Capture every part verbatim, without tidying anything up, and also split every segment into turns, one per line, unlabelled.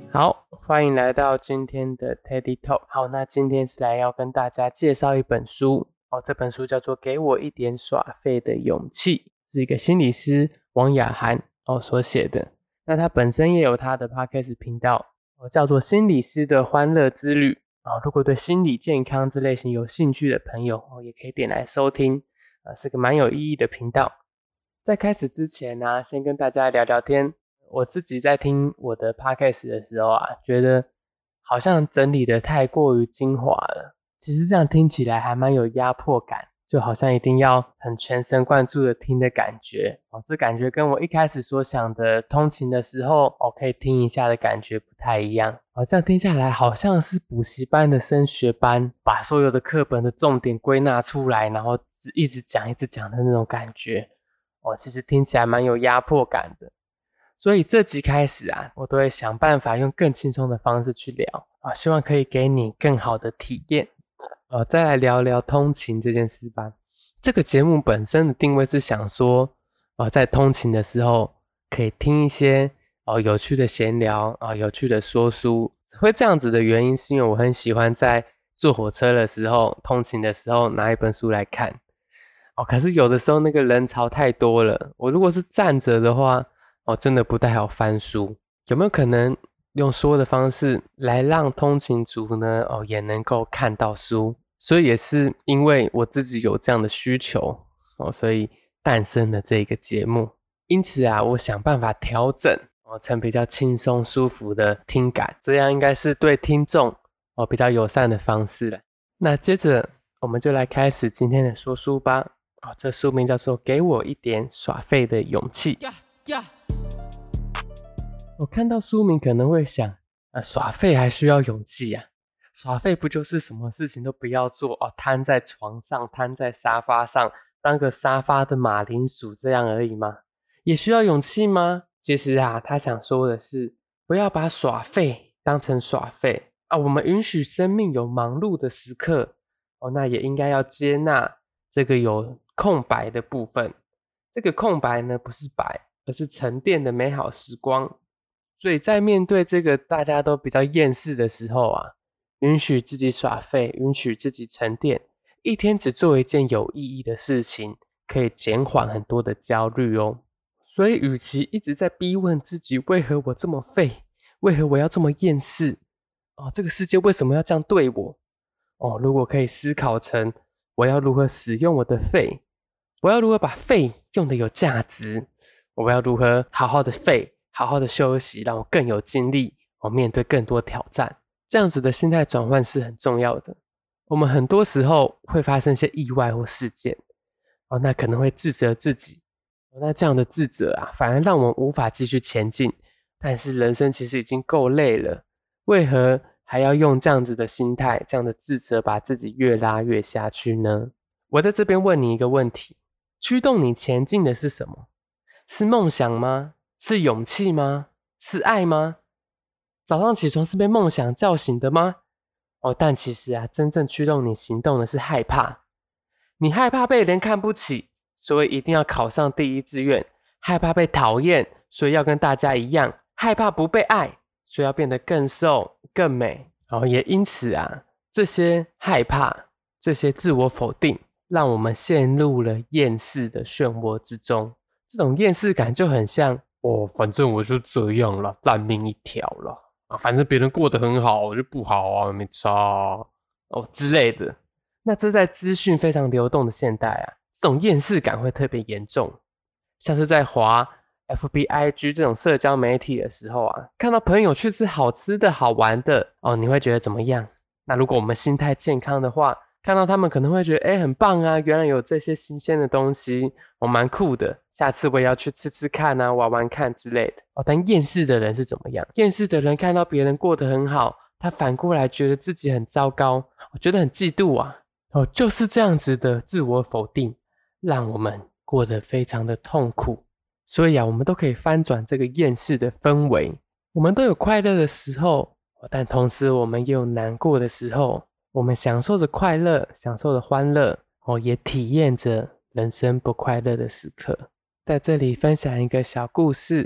好，欢迎来到今天的 Teddy Talk。好，那今天是来要跟大家介绍一本书哦，这本书叫做《给我一点耍废的勇气》，是一个心理师王雅涵哦所写的。那他本身也有他的 Podcast 频道哦，叫做心理师的欢乐之旅哦。如果对心理健康这类型有兴趣的朋友哦，也可以点来收听，呃，是个蛮有意义的频道。在开始之前呢、啊，先跟大家聊聊天。我自己在听我的 podcast 的时候啊，觉得好像整理的太过于精华了。其实这样听起来还蛮有压迫感，就好像一定要很全神贯注的听的感觉哦。这感觉跟我一开始所想的通勤的时候哦可以听一下的感觉不太一样哦。这样听下来好像是补习班的升学班，把所有的课本的重点归纳出来，然后一直讲一直讲的那种感觉哦。其实听起来蛮有压迫感的。所以这集开始啊，我都会想办法用更轻松的方式去聊啊，希望可以给你更好的体验。呃，再来聊聊通勤这件事吧。这个节目本身的定位是想说，呃，在通勤的时候可以听一些呃有趣的闲聊啊、呃，有趣的说书。会这样子的原因是因为我很喜欢在坐火车的时候、通勤的时候拿一本书来看。哦，可是有的时候那个人潮太多了，我如果是站着的话。哦，真的不太好翻书，有没有可能用说的方式来让通勤族呢？哦，也能够看到书，所以也是因为我自己有这样的需求哦，所以诞生了这个节目。因此啊，我想办法调整哦，成比较轻松舒服的听感，这样应该是对听众哦比较友善的方式了。那接着我们就来开始今天的说书吧。哦，这书名叫做《给我一点耍废的勇气》。Yeah, yeah. 我看到书名可能会想，呃，耍废还需要勇气啊？耍废不就是什么事情都不要做哦，瘫在床上，瘫在沙发上，当个沙发的马铃薯这样而已吗？也需要勇气吗？其实啊，他想说的是，不要把耍废当成耍废啊。我们允许生命有忙碌的时刻哦，那也应该要接纳这个有空白的部分。这个空白呢，不是白，而是沉淀的美好时光。所以在面对这个大家都比较厌世的时候啊，允许自己耍废，允许自己沉淀，一天只做一件有意义的事情，可以减缓很多的焦虑哦。所以与其一直在逼问自己为何我这么废，为何我要这么厌世哦，这个世界为什么要这样对我哦，如果可以思考成我要如何使用我的废，我要如何把废用得有价值，我要如何好好的废，好好的休息，让我更有精力哦，面对更多挑战。这样子的心态转换是很重要的。我们很多时候会发生一些意外或事件哦，那可能会自责自己哦，那这样的自责啊，反而让我们无法继续前进。但是人生其实已经够累了，为何还要用这样子的心态，这样的自责把自己越拉越下去呢？我在这边问你一个问题，驱动你前进的是什么？是梦想吗？是勇气吗？是爱吗？早上起床是被梦想叫醒的吗？哦，但其实啊，真正驱动你行动的是害怕。你害怕被人看不起，所以一定要考上第一志愿；害怕被讨厌，所以要跟大家一样；害怕不被爱，所以要变得更瘦、更美。哦，也因此啊，这些害怕、这些自我否定，让我们陷入了厌世的漩涡之中。这种厌世感就很像，哦，反正我就这样了，烂命一条了啊，反正别人过得很好，我就不好啊，没差啊，哦之类的。那这在资讯非常流动的现代啊，这种厌世感会特别严重。像是在滑 F B I G 这种社交媒体的时候啊，看到朋友去吃好吃的好玩的哦，你会觉得怎么样？那如果我们心态健康的话，看到他们可能会觉得，哎，很棒啊，原来有这些新鲜的东西，我、哦、蛮酷的，下次我也要去吃吃看啊，玩玩看之类的。哦，但厌世的人是怎么样？厌世的人看到别人过得很好，他反过来觉得自己很糟糕，我觉得很嫉妒啊。哦，就是这样子的自我否定，让我们过得非常的痛苦。所以啊，我们都可以翻转这个厌世的氛围。我们都有快乐的时候，但同时我们也有难过的时候。我们享受着快乐，享受着欢乐，哦，也体验着人生不快乐的时刻。在这里分享一个小故事，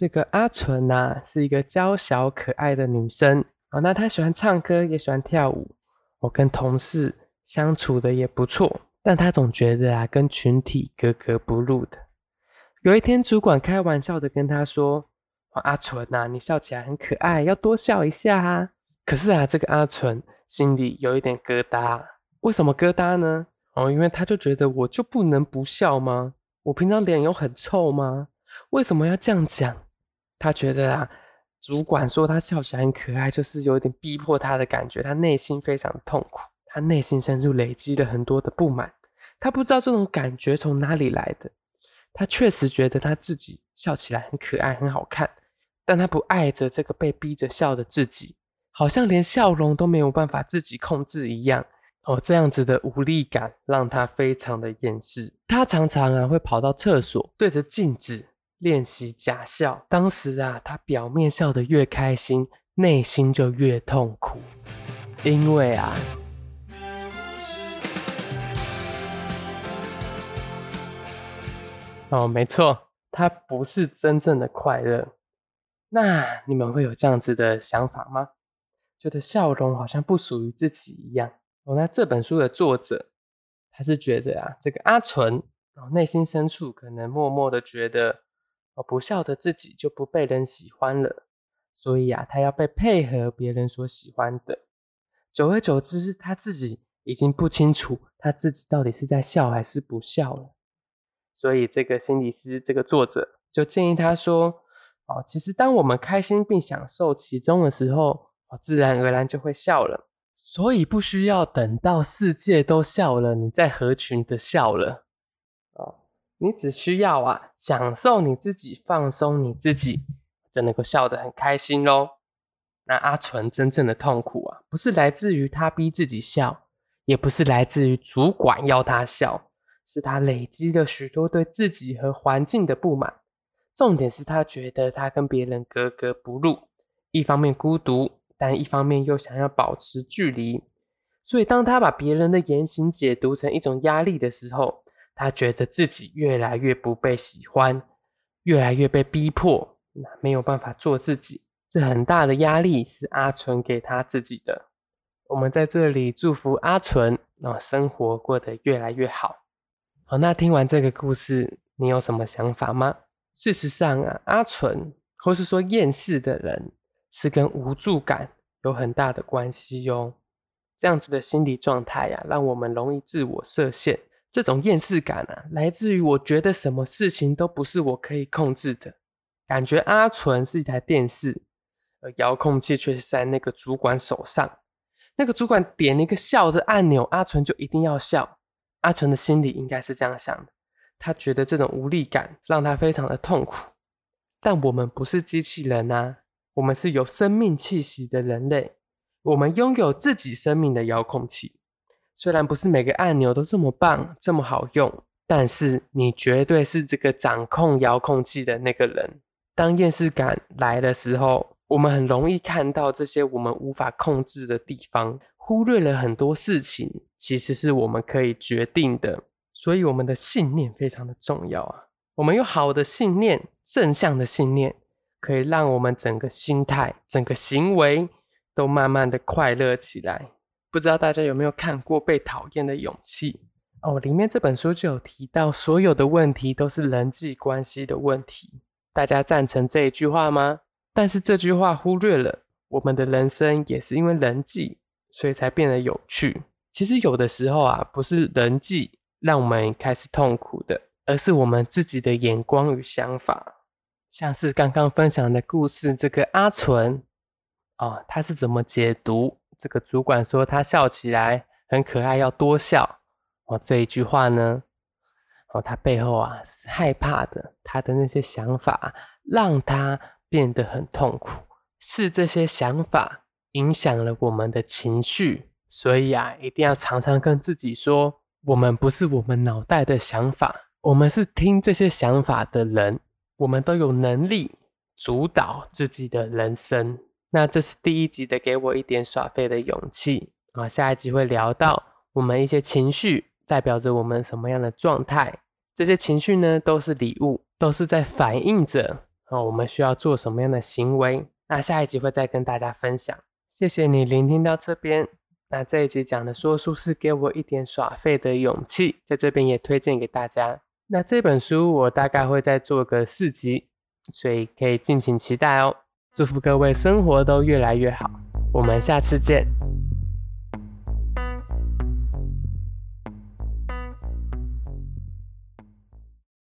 这个阿纯啊，是一个娇小可爱的女生。哦，那她喜欢唱歌，也喜欢跳舞。我、哦、跟同事相处的也不错，但她总觉得啊，跟群体格格不入的。有一天，主管开玩笑的跟她说：“哦、阿纯啊，你笑起来很可爱，要多笑一下啊。”可是啊，这个阿纯心里有一点疙瘩。为什么疙瘩呢？哦，因为她就觉得我就不能不笑吗？我平常脸有很臭吗？为什么要这样讲？她觉得啊，主管说她笑起来很可爱，就是有点逼迫她的感觉。她内心非常痛苦，她内心深处累积了很多的不满。她不知道这种感觉从哪里来的。她确实觉得她自己笑起来很可爱、很好看，但她不爱着这个被逼着笑的自己，好像连笑容都没有办法自己控制一样。哦，这样子的无力感让她非常的厌世。她常常啊会跑到厕所，对着镜子练习假笑。当时啊，她表面笑得越开心，内心就越痛苦，因为啊，哦，没错，它不是真正的快乐。那你们会有这样子的想法吗？觉得笑容好像不属于自己一样。哦，那这本书的作者，他是觉得啊，这个阿纯哦，内心深处可能默默的觉得，哦，不笑的自己就不被人喜欢了，所以啊，他要被配合别人所喜欢的。久而久之，他自己已经不清楚他自己到底是在笑还是不笑了。所以这个心理师，这个作者就建议他说，哦，其实当我们开心并享受其中的时候，哦，自然而然就会笑了。所以不需要等到世界都笑了，你再合群的笑了。哦，你只需要啊，享受你自己，放松你自己，就能够笑得很开心咯。那阿纯真正的痛苦啊，不是来自于他逼自己笑，也不是来自于主管要他笑，是他累积了许多对自己和环境的不满。重点是他觉得他跟别人格格不入，一方面孤独，但一方面又想要保持距离。所以当他把别人的言行解读成一种压力的时候，他觉得自己越来越不被喜欢，越来越被逼迫，没有办法做自己。这很大的压力是阿纯给他自己的。我们在这里祝福阿纯，哦，生活过得越来越好。好，那听完这个故事，你有什么想法吗？事实上啊，阿纯或是说厌世的人，是跟无助感有很大的关系哦。这样子的心理状态啊，让我们容易自我设限。这种厌世感啊，来自于我觉得什么事情都不是我可以控制的。感觉阿纯是一台电视，而遥控器却是在那个主管手上。那个主管点一个笑的按钮，阿纯就一定要笑。阿纯的心里应该是这样想的，他觉得这种无力感让他非常的痛苦。但我们不是机器人啊，我们是有生命气息的人类，我们拥有自己生命的遥控器。虽然不是每个按钮都这么棒，这么好用，但是你绝对是这个掌控遥控器的那个人。当厌世感来的时候，我们很容易看到这些我们无法控制的地方，忽略了很多事情其实是我们可以决定的。所以我们的信念非常的重要啊！我们有好的信念，正向的信念，可以让我们整个心态、整个行为都慢慢的快乐起来。不知道大家有没有看过《被讨厌的勇气》哦？里面这本书就有提到，所有的问题都是人际关系的问题。大家赞成这一句话吗？但是这句话忽略了，我们的人生也是因为人际，所以才变得有趣。其实有的时候啊，不是人际让我们开始痛苦的，而是我们自己的眼光与想法。像是刚刚分享的故事，这个阿纯哦，他是怎么解读这个主管说他笑起来很可爱，要多笑哦这一句话呢？哦，他背后啊是害怕的，他的那些想法让他变得很痛苦，是这些想法影响了我们的情绪。所以啊，一定要常常跟自己说，我们不是我们脑袋的想法，我们是听这些想法的人，我们都有能力主导自己的人生。那这是第一集的给我一点耍废的勇气啊，下一集会聊到我们一些情绪代表着我们什么样的状态，这些情绪呢都是礼物，都是在反映着哦，我们需要做什么样的行为。那下一集会再跟大家分享。谢谢你聆听到这边。那这一集讲的说书是给我一点耍废的勇气，在这边也推荐给大家。那这本书我大概会再做个四集，所以可以敬请期待哦。祝福各位生活都越来越好，我们下次见。